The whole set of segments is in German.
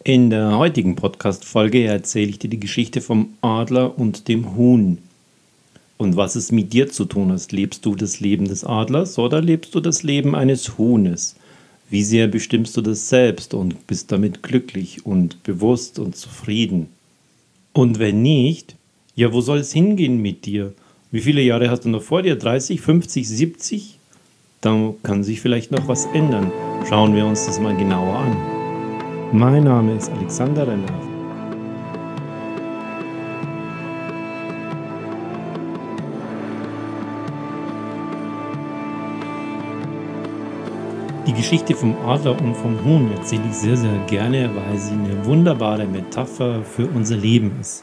In der heutigen Podcast-Folge erzähle ich dir die Geschichte vom Adler und dem Huhn. Und was es mit dir zu tun hat. Lebst du das Leben des Adlers oder lebst du das Leben eines Huhnes? Wie sehr bestimmst du das selbst und bist damit glücklich und bewusst und zufrieden? Und wenn nicht, ja, wo soll es hingehen mit dir? Wie viele Jahre hast du noch vor dir? 30, 50, 70? Dann kann sich vielleicht noch was ändern. Schauen wir uns das mal genauer an. Mein Name ist Alexander Renner. Die Geschichte vom Adler und vom Huhn erzähle ich sehr, sehr gerne, weil sie eine wunderbare Metapher für unser Leben ist.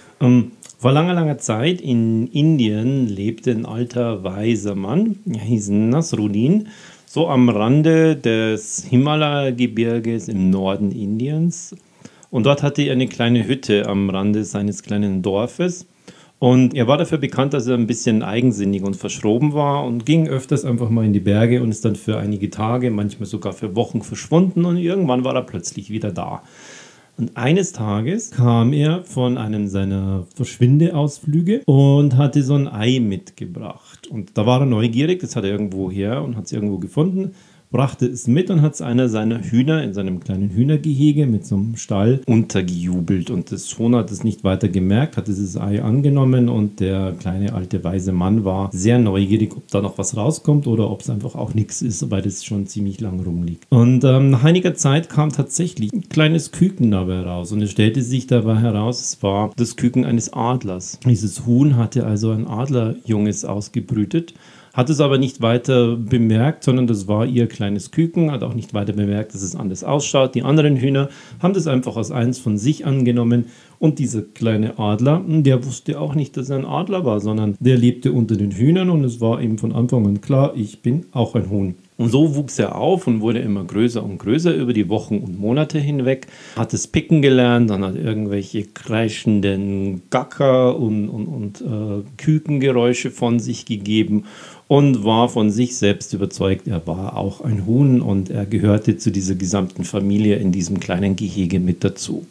Vor langer, langer Zeit in Indien lebte ein alter, weiser Mann, er hieß Nasruddin, so am Rande des Himalaya-Gebirges im Norden Indiens. Und dort hatte er eine kleine Hütte am Rande seines kleinen Dorfes. Und er war dafür bekannt, dass er ein bisschen eigensinnig und verschroben war und ging öfters einfach mal in die Berge und ist dann für einige Tage, manchmal sogar für Wochen verschwunden und irgendwann war er plötzlich wieder da. Und eines Tages kam er von einem seiner Verschwindeausflüge und hatte so ein Ei mitgebracht. Und da war er neugierig, das hat er irgendwo her und hat es irgendwo gefunden, brachte es mit und hat es einer seiner Hühner in seinem kleinen Hühnergehege mit so einem Stall untergejubelt. Und das Huhn hat es nicht weiter gemerkt, hat dieses Ei angenommen und der kleine alte weise Mann war sehr neugierig, ob da noch was rauskommt oder ob es einfach auch nichts ist, weil das schon ziemlich lang rumliegt. Und nach einiger Zeit kam tatsächlich ein kleines Küken dabei raus und es stellte sich dabei heraus, es war das Küken eines Adlers. Dieses Huhn hatte also ein Adlerjunges ausgebrütet, hat es aber nicht weiter bemerkt, sondern das war ihr kleines Küken, hat auch nicht weiter bemerkt, dass es anders ausschaut. Die anderen Hühner haben das einfach als eins von sich angenommen und dieser kleine Adler, der wusste auch nicht, dass er ein Adler war, sondern der lebte unter den Hühnern und es war ihm von Anfang an klar, ich bin auch ein Huhn. Und so wuchs er auf und wurde immer größer und größer über die Wochen und Monate hinweg, hat es picken gelernt, dann hat irgendwelche kreischenden Gacker und Kükengeräusche von sich gegeben und war von sich selbst überzeugt, er war auch ein Huhn und er gehörte zu dieser gesamten Familie in diesem kleinen Gehege mit dazu.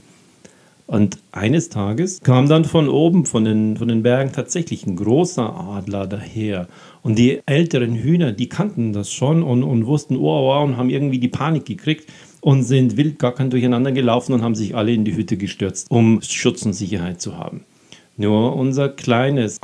Und eines Tages kam dann von oben, von den Bergen, tatsächlich ein großer Adler daher. Und die älteren Hühner, die kannten das schon und wussten, oh, und haben irgendwie die Panik gekriegt und sind wild gackernd durcheinander gelaufen und haben sich alle in die Hütte gestürzt, um Schutz und Sicherheit zu haben. Nur unser kleines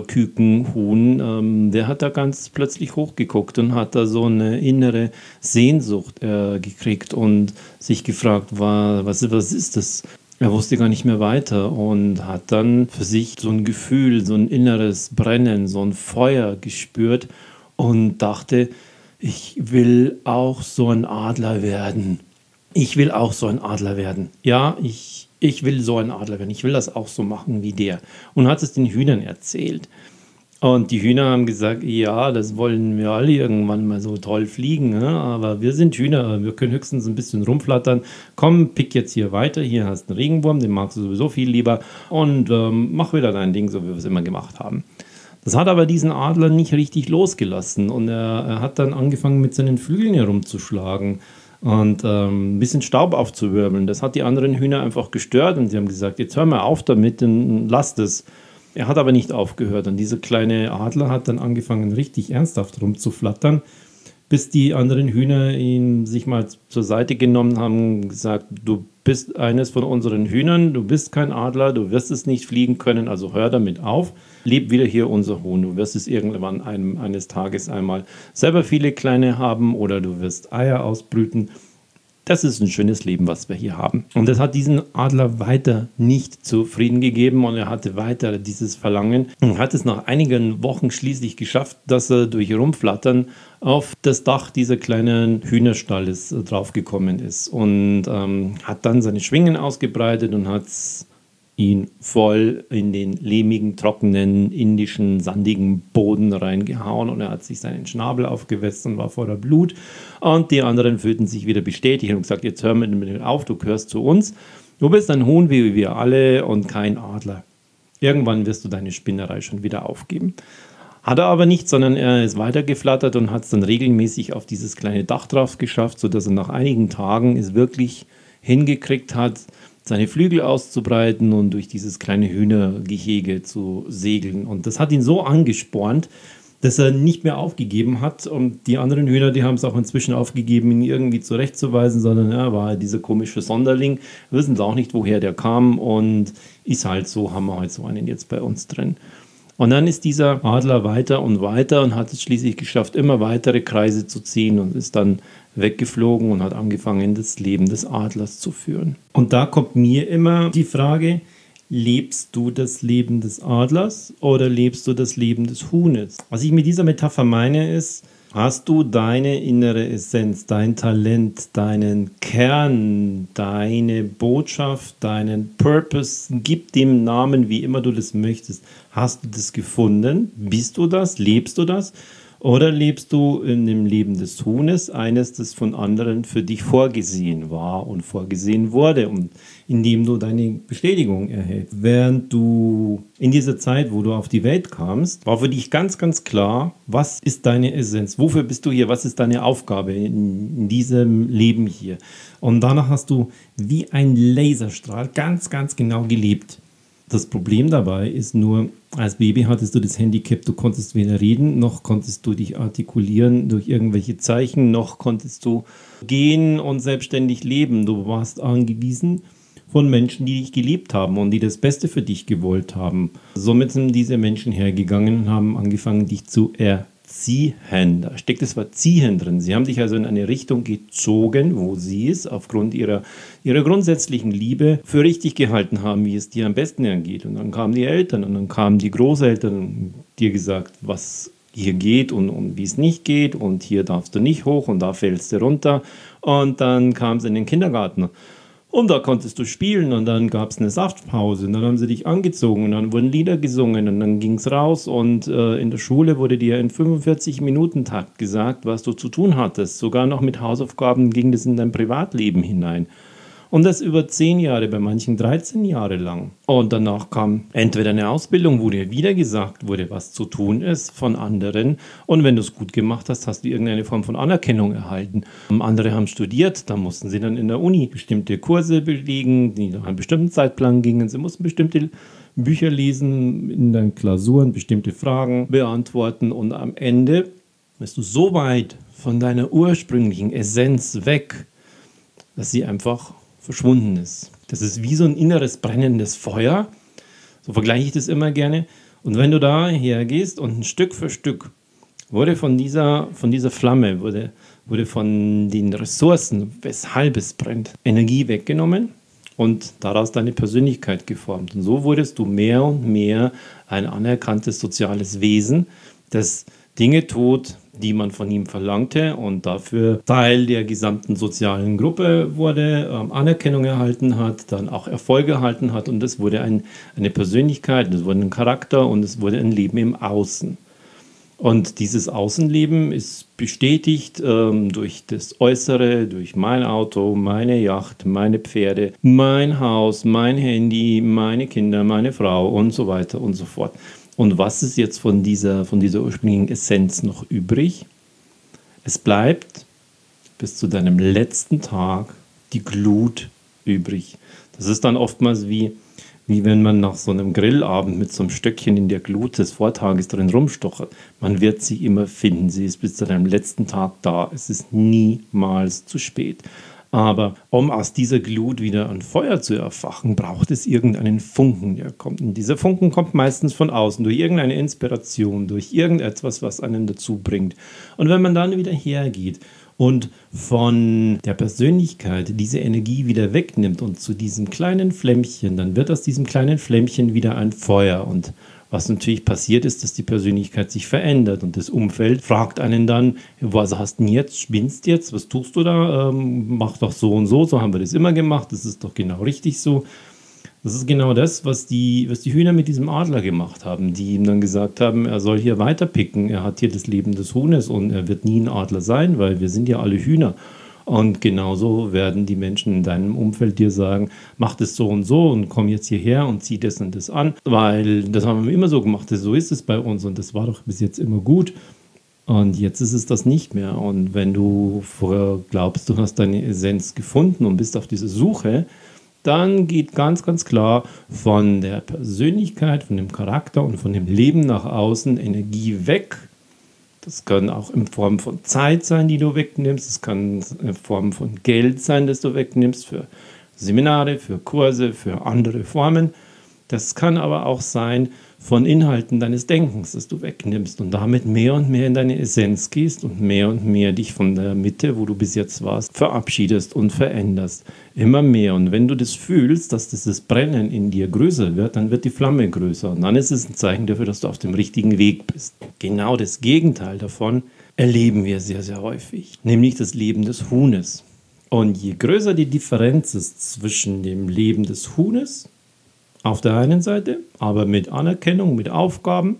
Adlerkükenhuhn, der hat da ganz plötzlich hochgeguckt und hat da so eine innere Sehnsucht gekriegt und sich gefragt, was ist das? Er wusste gar nicht mehr weiter und hat dann für sich so ein Gefühl, so ein inneres Brennen, so ein Feuer gespürt und dachte, ich will auch so ein Adler werden. Ich will auch so ein Adler werden. Ja, ich will so ein Adler werden. Ich will das auch so machen wie der. Und hat es den Hühnern erzählt. Und die Hühner haben gesagt, ja, das wollen wir alle irgendwann mal so toll fliegen, ne? Aber wir sind Hühner, wir können höchstens ein bisschen rumflattern. Komm, pick jetzt hier weiter, hier hast du einen Regenwurm, den magst du sowieso viel lieber und mach wieder dein Ding, so wie wir es immer gemacht haben. Das hat aber diesen Adler nicht richtig losgelassen und er hat dann angefangen mit seinen Flügeln herumzuschlagen und ein bisschen Staub aufzuwirbeln. Das hat die anderen Hühner einfach gestört und sie haben gesagt, jetzt hör mal auf damit und lass das. Er hat aber nicht aufgehört und dieser kleine Adler hat dann angefangen, richtig ernsthaft rumzuflattern, bis die anderen Hühner ihn sich mal zur Seite genommen haben und gesagt, du bist eines von unseren Hühnern, du bist kein Adler, du wirst es nicht fliegen können, also hör damit auf, leb wieder hier unser Huhn, du wirst es irgendwann eines Tages einmal selber viele kleine haben oder du wirst Eier ausbrüten. Das ist ein schönes Leben, was wir hier haben. Und das hat diesen Adler weiter nicht zufrieden gegeben und er hatte weiter dieses Verlangen und hat es nach einigen Wochen schließlich geschafft, dass er durch Rumflattern auf das Dach dieser kleinen Hühnerstalles draufgekommen ist und hat dann seine Schwingen ausgebreitet und hat ihn voll in den lehmigen, trockenen, indischen, sandigen Boden reingehauen und er hat sich seinen Schnabel aufgewetzt und war voller Blut und die anderen fühlten sich wieder bestätigt und gesagt, jetzt hör mit dem auf, du gehörst zu uns, du bist ein Huhn wie wir alle und kein Adler. Irgendwann wirst du deine Spinnerei schon wieder aufgeben. Hat er aber nicht, sondern er ist weitergeflattert und hat es dann regelmäßig auf dieses kleine Dach drauf geschafft, sodass er nach einigen Tagen es wirklich hingekriegt hat, seine Flügel auszubreiten und durch dieses kleine Hühnergehege zu segeln. Und das hat ihn so angespornt, dass er nicht mehr aufgegeben hat. Und die anderen Hühner, die haben es auch inzwischen aufgegeben, ihn irgendwie zurechtzuweisen, sondern er war halt dieser komische Sonderling. Wir wissen auch nicht, woher der kam und ist halt so, haben wir halt so einen jetzt bei uns drin. Und dann ist dieser Adler weiter und weiter und hat es schließlich geschafft, immer weitere Kreise zu ziehen und ist dann weggeflogen und hat angefangen, das Leben des Adlers zu führen. Und da kommt mir immer die Frage, lebst du das Leben des Adlers oder lebst du das Leben des Huhnes? Was ich mit dieser Metapher meine ist, hast du deine innere Essenz, dein Talent, deinen Kern, deine Botschaft, deinen Purpose, gib dem Namen, wie immer du das möchtest. Hast du das gefunden? Bist du das? Lebst du das? Oder lebst du in dem Leben des Huhnes, eines, das von anderen für dich vorgesehen war und vorgesehen wurde und in dem du deine Bestätigung erhältst? Während du in dieser Zeit, wo du auf die Welt kamst, war für dich ganz, ganz klar, was ist deine Essenz? Wofür bist du hier? Was ist deine Aufgabe in diesem Leben hier? Und danach hast du wie ein Laserstrahl ganz, ganz genau gelebt. Das Problem dabei ist nur, als Baby hattest du das Handicap, du konntest weder reden, noch konntest du dich artikulieren durch irgendwelche Zeichen, noch konntest du gehen und selbstständig leben. Du warst angewiesen von Menschen, die dich geliebt haben und die das Beste für dich gewollt haben. Somit sind diese Menschen hergegangen und haben angefangen, dich zu erziehen. Da steckt das Wort ziehen drin. Sie haben dich also in eine Richtung gezogen, wo sie es aufgrund ihrer grundsätzlichen Liebe für richtig gehalten haben, wie es dir am besten ergeht. Und dann kamen die Eltern und dann kamen die Großeltern und dir gesagt, was hier geht und wie es nicht geht und hier darfst du nicht hoch und da fällst du runter. Und dann kam es in den Kindergarten. Und da konntest du spielen und dann gab es eine Saftpause und dann haben sie dich angezogen und dann wurden Lieder gesungen und dann ging es raus und in der Schule wurde dir in 45-Minuten-Takt gesagt, was du zu tun hattest. Sogar noch mit Hausaufgaben ging das in dein Privatleben hinein. Und das über 10 Jahre, bei manchen 13 Jahre lang. Und danach kam entweder eine Ausbildung, wo dir wieder gesagt wurde, was zu tun ist von anderen. Und wenn du es gut gemacht hast, hast du irgendeine Form von Anerkennung erhalten. Andere haben studiert, da mussten sie dann in der Uni bestimmte Kurse belegen, die nach einem bestimmten Zeitplan gingen. Sie mussten bestimmte Bücher lesen, in deinen Klausuren bestimmte Fragen beantworten. Und am Ende bist du so weit von deiner ursprünglichen Essenz weg, dass sie einfach verschwunden ist. Das ist wie so ein inneres brennendes Feuer. So vergleiche ich das immer gerne. Und wenn du da hergehst und ein Stück für Stück wurde von dieser Flamme, wurde von den Ressourcen, weshalb es brennt, Energie weggenommen und daraus deine Persönlichkeit geformt. Und so wurdest du mehr und mehr ein anerkanntes soziales Wesen, das Dinge tut, die man von ihm verlangte und dafür Teil der gesamten sozialen Gruppe wurde, Anerkennung erhalten hat, dann auch Erfolge erhalten hat und es wurde eine Persönlichkeit, es wurde ein Charakter und es wurde ein Leben im Außen. Und dieses Außenleben ist bestätigt durch das Äußere, durch mein Auto, meine Yacht, meine Pferde, mein Haus, mein Handy, meine Kinder, meine Frau und so weiter und so fort. Und was ist jetzt von dieser ursprünglichen Essenz noch übrig? Es bleibt bis zu deinem letzten Tag die Glut übrig. Das ist dann oftmals wie wenn man nach so einem Grillabend mit so einem Stöckchen in der Glut des Vortages drin rumstochert. Man wird sie immer finden. Sie ist bis zu deinem letzten Tag da. Es ist niemals zu spät. Aber um aus dieser Glut wieder ein Feuer zu erfachen, braucht es irgendeinen Funken, der kommt. Und dieser Funken kommt meistens von außen, durch irgendeine Inspiration, durch irgendetwas, was einen dazu bringt. Und wenn man dann wieder hergeht und von der Persönlichkeit diese Energie wieder wegnimmt und zu diesem kleinen Flämmchen, dann wird aus diesem kleinen Flämmchen wieder ein Feuer. Und was natürlich passiert ist, dass die Persönlichkeit sich verändert und das Umfeld fragt einen dann, was hast du denn jetzt, spinnst jetzt, was tust du da, mach doch so und so, so haben wir das immer gemacht, das ist doch genau richtig so. Das ist genau das, was die Hühner mit diesem Adler gemacht haben, die ihm dann gesagt haben, er soll hier weiterpicken, er hat hier das Leben des Huhnes und er wird nie ein Adler sein, weil wir sind ja alle Hühner. Und genauso werden die Menschen in deinem Umfeld dir sagen, mach das so und komm jetzt hierher und zieh das und das an, weil das haben wir immer so gemacht, so ist es bei uns und das war doch bis jetzt immer gut. Und jetzt ist es das nicht mehr. Und wenn du vorher glaubst, du hast deine Essenz gefunden und bist auf dieser Suche, dann geht ganz, ganz klar von der Persönlichkeit, von dem Charakter und von dem Leben nach außen Energie weg. Das kann auch in Form von Zeit sein, die du wegnimmst. Es kann in Form von Geld sein, das du wegnimmst für Seminare, für Kurse, für andere Formen. Das kann aber auch sein von Inhalten deines Denkens, das du wegnimmst und damit mehr und mehr in deine Essenz gehst und mehr dich von der Mitte, wo du bis jetzt warst, verabschiedest und veränderst. Immer mehr. Und wenn du das fühlst, dass dieses Brennen in dir größer wird, dann wird die Flamme größer. Und dann ist es ein Zeichen dafür, dass du auf dem richtigen Weg bist. Genau das Gegenteil davon erleben wir sehr, sehr häufig. Nämlich das Leben des Huhnes. Und je größer die Differenz ist zwischen dem Leben des Huhnes auf der einen Seite, aber mit Anerkennung, mit Aufgaben,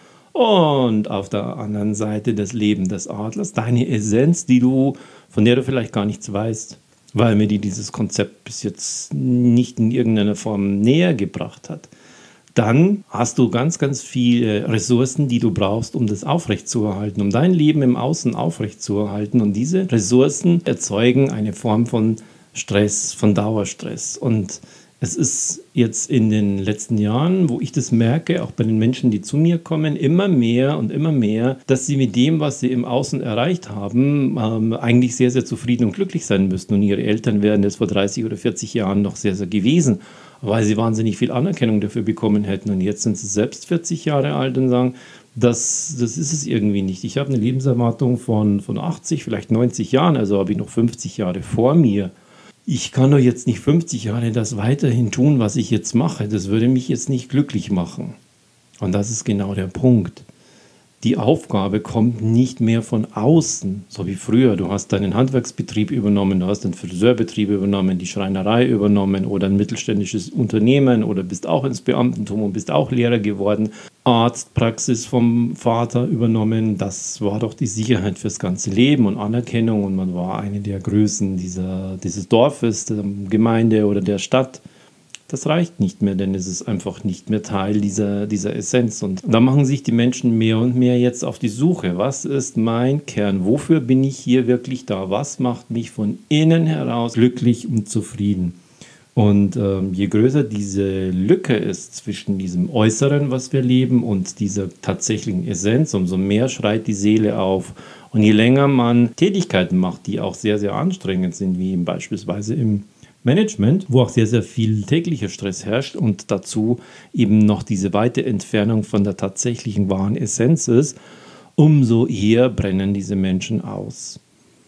und auf der anderen Seite das Leben des Adlers, deine Essenz, von der du vielleicht gar nichts weißt, weil mir dieses Konzept bis jetzt nicht in irgendeiner Form näher gebracht hat. Dann hast du ganz, ganz viele Ressourcen, die du brauchst, um das aufrechtzuerhalten, um dein Leben im Außen aufrechtzuerhalten. Und diese Ressourcen erzeugen eine Form von Stress, von Dauerstress. Und es ist jetzt in den letzten Jahren, wo ich das merke, auch bei den Menschen, die zu mir kommen, immer mehr und immer mehr, dass sie mit dem, was sie im Außen erreicht haben, eigentlich sehr, sehr zufrieden und glücklich sein müssten. Und ihre Eltern wären das vor 30 oder 40 Jahren noch sehr, sehr gewesen, weil sie wahnsinnig viel Anerkennung dafür bekommen hätten. Und jetzt sind sie selbst 40 Jahre alt und sagen, das ist es irgendwie nicht. Ich habe eine Lebenserwartung von 80, vielleicht 90 Jahren, also habe ich noch 50 Jahre vor mir. Ich kann doch jetzt nicht 50 Jahre das weiterhin tun, was ich jetzt mache. Das würde mich jetzt nicht glücklich machen. Und das ist genau der Punkt. Die Aufgabe kommt nicht mehr von außen, so wie früher. Du hast deinen Handwerksbetrieb übernommen, du hast den Friseurbetrieb übernommen, die Schreinerei übernommen oder ein mittelständisches Unternehmen oder bist auch ins Beamtentum und bist auch Lehrer geworden. Arztpraxis vom Vater übernommen, das war doch die Sicherheit fürs ganze Leben und Anerkennung und man war eine der Größen dieses Dorfes, der Gemeinde oder der Stadt. Das reicht nicht mehr, denn es ist einfach nicht mehr Teil dieser Essenz. Und da machen sich die Menschen mehr und mehr jetzt auf die Suche. Was ist mein Kern? Wofür bin ich hier wirklich da? Was macht mich von innen heraus glücklich und zufrieden? Und je größer diese Lücke ist zwischen diesem Äußeren, was wir leben, und dieser tatsächlichen Essenz, umso mehr schreit die Seele auf. Und je länger man Tätigkeiten macht, die auch sehr, sehr anstrengend sind, wie beispielsweise im Management, wo auch sehr, sehr viel täglicher Stress herrscht und dazu eben noch diese weite Entfernung von der tatsächlichen wahren Essenz ist, umso eher brennen diese Menschen aus.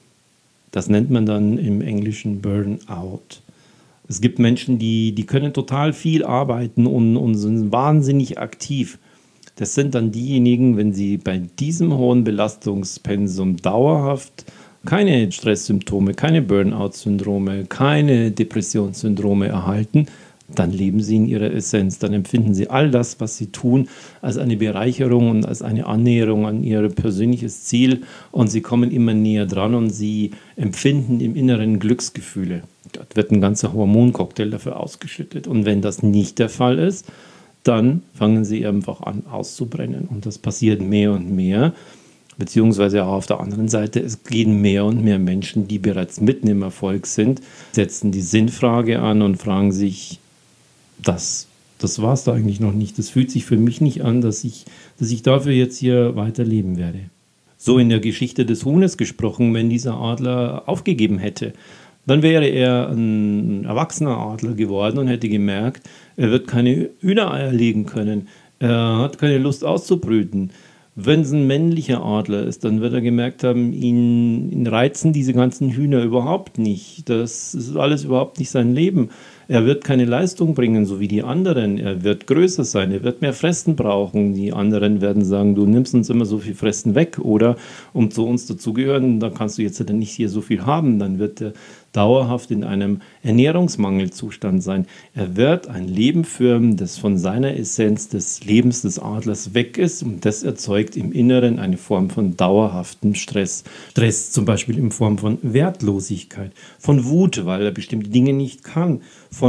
Das nennt man dann im Englischen Burnout. Es gibt Menschen, die können total viel arbeiten und sind wahnsinnig aktiv. Das sind dann diejenigen, wenn sie bei diesem hohen Belastungspensum dauerhaft keine Stresssymptome, keine Burnout-Syndrome, keine Depressionssyndrome erhalten, dann leben sie in ihrer Essenz, dann empfinden sie all das, was sie tun, als eine Bereicherung und als eine Annäherung an ihr persönliches Ziel und sie kommen immer näher dran und sie empfinden im Inneren Glücksgefühle. Dort wird ein ganzer Hormoncocktail dafür ausgeschüttet und wenn das nicht der Fall ist, dann fangen sie einfach an auszubrennen und das passiert mehr und mehr. Beziehungsweise auch auf der anderen Seite, es gehen mehr und mehr Menschen, die bereits mitten im Erfolg sind, setzen die Sinnfrage an und fragen sich, das war es da eigentlich noch nicht. Das fühlt sich für mich nicht an, dass ich dafür jetzt hier weiterleben werde. So in der Geschichte des Huhnes gesprochen, wenn dieser Adler aufgegeben hätte, dann wäre er ein erwachsener Adler geworden und hätte gemerkt, er wird keine Hühnereier legen können, er hat keine Lust auszubrüten. Wenn es ein männlicher Adler ist, dann wird er gemerkt haben, ihn reizen diese ganzen Hühner überhaupt nicht. Das ist alles überhaupt nicht sein Leben. Er wird keine Leistung bringen, so wie die anderen. Er wird größer sein, er wird mehr Fressen brauchen. Die anderen werden sagen, du nimmst uns immer so viel Fressen weg. Oder um zu uns dazugehören, da kannst du jetzt dann nicht hier so viel haben. Dann wird er dauerhaft in einem Ernährungsmangelzustand sein. Er wird ein Leben führen, das von seiner Essenz des Lebens des Adlers weg ist und das erzeugt im Inneren eine Form von dauerhaftem Stress. Stress zum Beispiel in Form von Wertlosigkeit, von Wut, weil er bestimmte Dinge nicht kann, von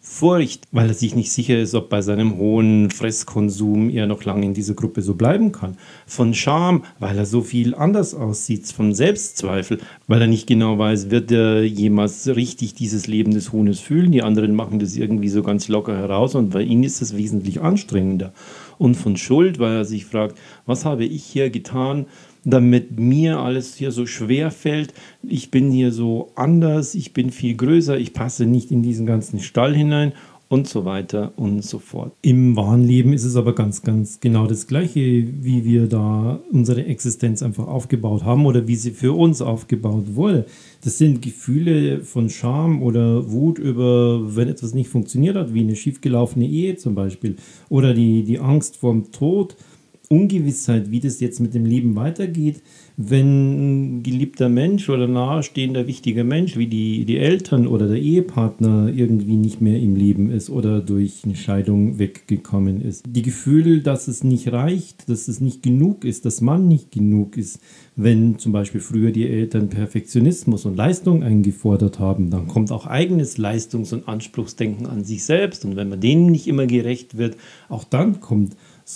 Furcht, weil er sich nicht sicher ist, ob bei seinem hohen Fresskonsum er noch lange in dieser Gruppe so bleiben kann. Von Scham, weil er so viel anders aussieht. Von Selbstzweifel, weil er nicht genau weiß, wird er jemals richtig dieses Leben des Huhnes fühlen. Die anderen machen das irgendwie so ganz locker heraus und bei ihm ist es wesentlich anstrengender. Und von Schuld, weil er sich fragt, was habe ich hier getan, damit mir alles hier so schwer fällt. Ich bin hier so anders, ich bin viel größer, ich passe nicht in diesen ganzen Stall hinein und so weiter und so fort. Im wahren Leben ist es aber ganz, ganz genau das Gleiche, wie wir da unsere Existenz einfach aufgebaut haben oder wie sie für uns aufgebaut wurde. Das sind Gefühle von Scham oder Wut über, wenn etwas nicht funktioniert hat, wie eine schiefgelaufene Ehe zum Beispiel, oder die Angst vorm Tod. Ungewissheit, wie das jetzt mit dem Leben weitergeht, wenn ein geliebter Mensch oder nahestehender wichtiger Mensch wie die Eltern oder der Ehepartner irgendwie nicht mehr im Leben ist oder durch eine Scheidung weggekommen ist. Die Gefühle, dass es nicht reicht, dass es nicht genug ist, dass man nicht genug ist, wenn zum Beispiel früher die Eltern Perfektionismus und Leistung eingefordert haben, dann kommt auch eigenes Leistungs- und Anspruchsdenken an sich selbst und wenn man denen nicht immer gerecht wird, auch dann kommt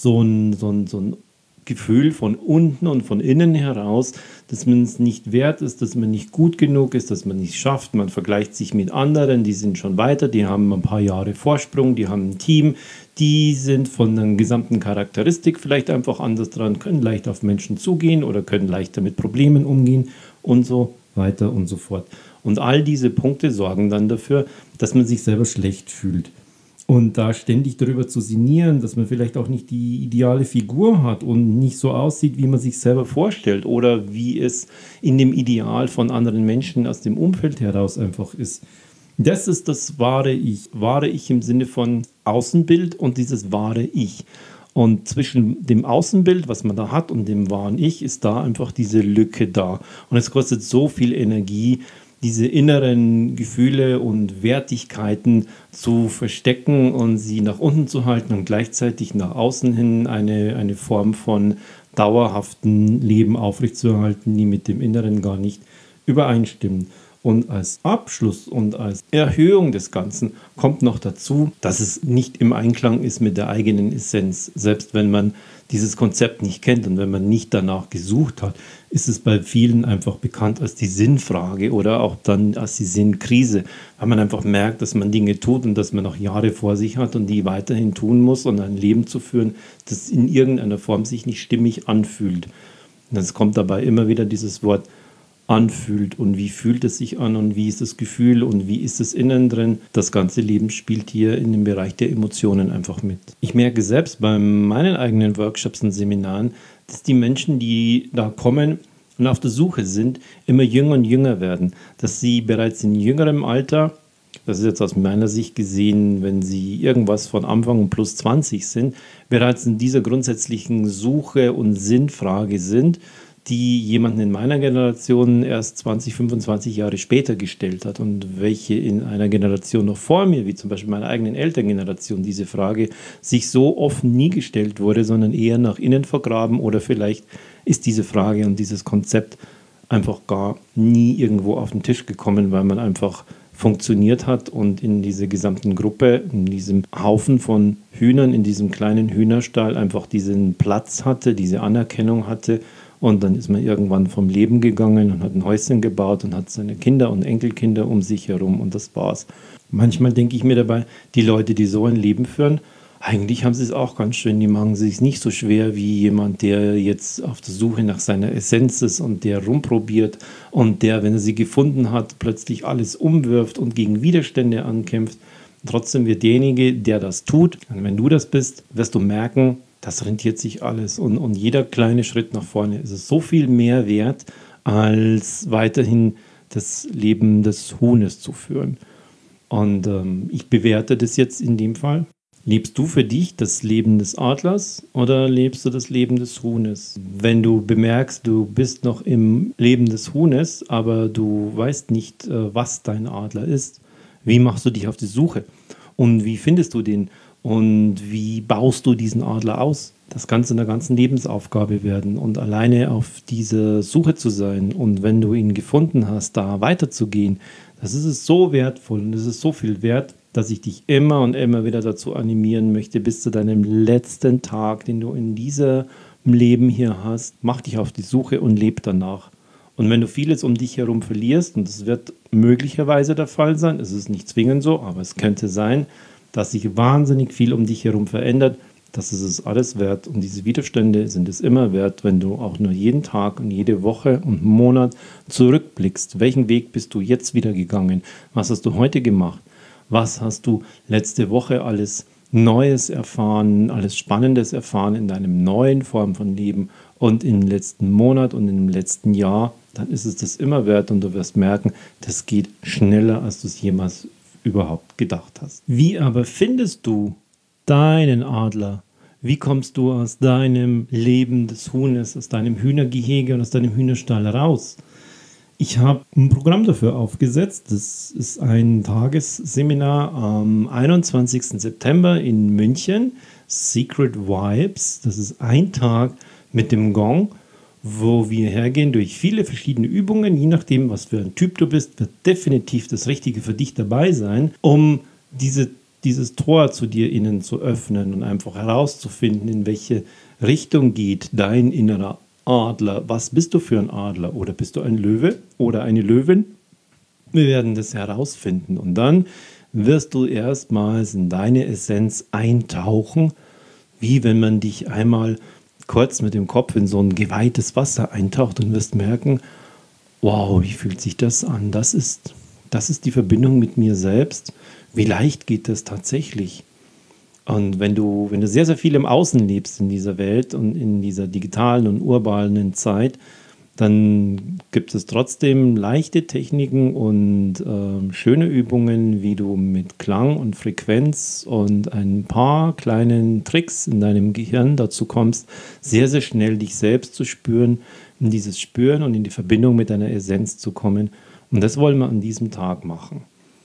so ein Gefühl von unten und von innen heraus, dass man es nicht wert ist, dass man nicht gut genug ist, dass man nicht schafft. Man vergleicht sich mit anderen, die sind schon weiter, die haben ein paar Jahre Vorsprung, die haben ein Team, die sind von der gesamten Charakteristik vielleicht einfach anders dran, können leicht auf Menschen zugehen oder können leichter mit Problemen umgehen und so weiter und so fort. Und all diese Punkte sorgen dann dafür, dass man sich selber schlecht fühlt. Und da ständig darüber zu sinnieren, dass man vielleicht auch nicht die ideale Figur hat und nicht so aussieht, wie man sich selber vorstellt oder wie es in dem Ideal von anderen Menschen aus dem Umfeld heraus einfach ist. Das ist das wahre Ich. Wahre Ich im Sinne von Außenbild und dieses wahre Ich. Und zwischen dem Außenbild, was man da hat, und dem wahren Ich ist da einfach diese Lücke da. Und es kostet so viel Energie, diese inneren Gefühle und Wertigkeiten zu verstecken und sie nach unten zu halten und gleichzeitig nach außen hin eine Form von dauerhaften Leben aufrechtzuerhalten, die mit dem Inneren gar nicht übereinstimmen. Und als Abschluss und als Erhöhung des Ganzen kommt noch dazu, dass es nicht im Einklang ist mit der eigenen Essenz. Selbst wenn man dieses Konzept nicht kennt und wenn man nicht danach gesucht hat, ist es bei vielen einfach bekannt als die Sinnfrage oder auch dann als die Sinnkrise, weil man einfach merkt, dass man Dinge tut und dass man noch Jahre vor sich hat und die weiterhin tun muss und ein Leben zu führen, das in irgendeiner Form sich nicht stimmig anfühlt. Und es kommt dabei immer wieder dieses Wort anfühlt und wie fühlt es sich an und wie ist das Gefühl und wie ist es innen drin. Das ganze Leben spielt hier in dem Bereich der Emotionen einfach mit. Ich merke selbst bei meinen eigenen Workshops und Seminaren, dass die Menschen, die da kommen und auf der Suche sind, immer jünger und jünger werden. Dass sie bereits in jüngerem Alter, das ist jetzt aus meiner Sicht gesehen, wenn sie irgendwas von Anfang und plus 20 sind, bereits in dieser grundsätzlichen Suche und Sinnfrage sind, die jemanden in meiner Generation erst 20, 25 Jahre später gestellt hat und welche in einer Generation noch vor mir, wie zum Beispiel meiner eigenen Elterngeneration, diese Frage sich so offen nie gestellt wurde, sondern eher nach innen vergraben oder vielleicht ist diese Frage und dieses Konzept einfach gar nie irgendwo auf den Tisch gekommen, weil man einfach funktioniert hat und in dieser gesamten Gruppe, in diesem Haufen von Hühnern, in diesem kleinen Hühnerstall einfach diesen Platz hatte, diese Anerkennung hatte. Und dann ist man irgendwann vom Leben gegangen und hat ein Häuschen gebaut und hat seine Kinder und Enkelkinder um sich herum und das war's. Manchmal denke ich mir dabei, die Leute, die so ein Leben führen, eigentlich haben sie es auch ganz schön, die machen es sich nicht so schwer wie jemand, der jetzt auf der Suche nach seiner Essenz ist und der rumprobiert und der, wenn er sie gefunden hat, plötzlich alles umwirft und gegen Widerstände ankämpft. Trotzdem wird derjenige, der das tut, und wenn du das bist, wirst du merken, das rentiert sich alles und jeder kleine Schritt nach vorne ist so viel mehr wert, als weiterhin das Leben des Huhnes zu führen. Und ich bewerte das jetzt in dem Fall. Lebst du für dich das Leben des Adlers oder lebst du das Leben des Huhnes? Wenn du bemerkst, du bist noch im Leben des Huhnes, aber du weißt nicht, was dein Adler ist, wie machst du dich auf die Suche? Und wie findest du den? Und wie baust du diesen Adler aus? Das kann zu einer ganzen Lebensaufgabe werden und alleine auf dieser Suche zu sein und wenn du ihn gefunden hast, da weiterzugehen, das ist es so wertvoll und es ist so viel wert, dass ich dich immer und immer wieder dazu animieren möchte, bis zu deinem letzten Tag, den du in diesem Leben hier hast, mach dich auf die Suche und leb danach. Und wenn du vieles um dich herum verlierst, und das wird möglicherweise der Fall sein, es ist nicht zwingend so, aber es könnte sein, dass sich wahnsinnig viel um dich herum verändert, das ist es alles wert. Und diese Widerstände sind es immer wert, wenn du auch nur jeden Tag und jede Woche und Monat zurückblickst. Welchen Weg bist du jetzt wieder gegangen? Was hast du heute gemacht? Was hast du letzte Woche alles Neues erfahren, alles Spannendes erfahren in deinem neuen Form von Leben und im letzten Monat und im letzten Jahr? Dann ist es das immer wert und du wirst merken, das geht schneller, als du es jemals überhaupt gedacht hast. Wie aber findest du deinen Adler? Wie kommst du aus deinem Leben des Huhnes, aus deinem Hühnergehege und aus deinem Hühnerstall raus? Ich habe ein Programm dafür aufgesetzt. Das ist ein Tagesseminar am 21. September in München. Secret Vibes. Das ist ein Tag mit dem Gong, wo wir hergehen durch viele verschiedene Übungen. Je nachdem, was für ein Typ du bist, wird definitiv das Richtige für dich dabei sein, um dieses Tor zu dir innen zu öffnen und einfach herauszufinden, in welche Richtung geht dein innerer Adler. Was bist du für ein Adler? Oder bist du ein Löwe oder eine Löwin? Wir werden das herausfinden und dann wirst du erstmals in deine Essenz eintauchen, wie wenn man dich einmal kurz mit dem Kopf in so ein geweihtes Wasser eintaucht und wirst merken, wow, wie fühlt sich das an? Das ist die Verbindung mit mir selbst. Wie leicht geht das tatsächlich? Und wenn du sehr, sehr viel im Außen lebst in dieser Welt und in dieser digitalen und urbanen Zeit, dann gibt es trotzdem leichte Techniken und schöne Übungen, wie du mit Klang und Frequenz und ein paar kleinen Tricks in deinem Gehirn dazu kommst, sehr, sehr schnell dich selbst zu spüren, in dieses Spüren und in die Verbindung mit deiner Essenz zu kommen. Und das wollen wir an diesem Tag machen.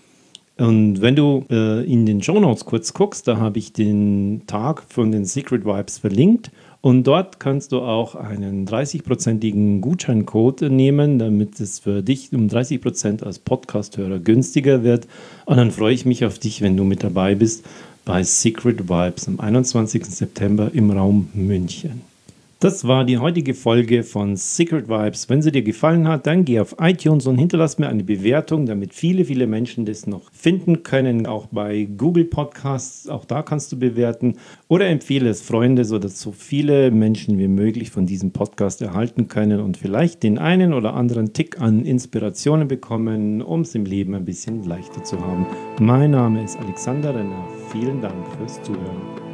Und wenn du in den Shownotes kurz guckst, da habe ich den Tag von den Secret Vibes verlinkt und dort kannst du auch einen 30%igen Gutscheincode nehmen, damit es für dich um 30% als Podcast-Hörer günstiger wird. Und dann freue ich mich auf dich, wenn du mit dabei bist bei Secret Vibes am 21. September im Raum München. Das war die heutige Folge von Secret Vibes. Wenn sie dir gefallen hat, dann geh auf iTunes und hinterlass mir eine Bewertung, damit viele, viele Menschen das noch finden können. Auch bei Google Podcasts, auch da kannst du bewerten. Oder empfehle es Freunde, sodass so viele Menschen wie möglich von diesem Podcast erhalten können und vielleicht den einen oder anderen Tick an Inspirationen bekommen, um es im Leben ein bisschen leichter zu haben. Mein Name ist Alexander Renner. Vielen Dank fürs Zuhören.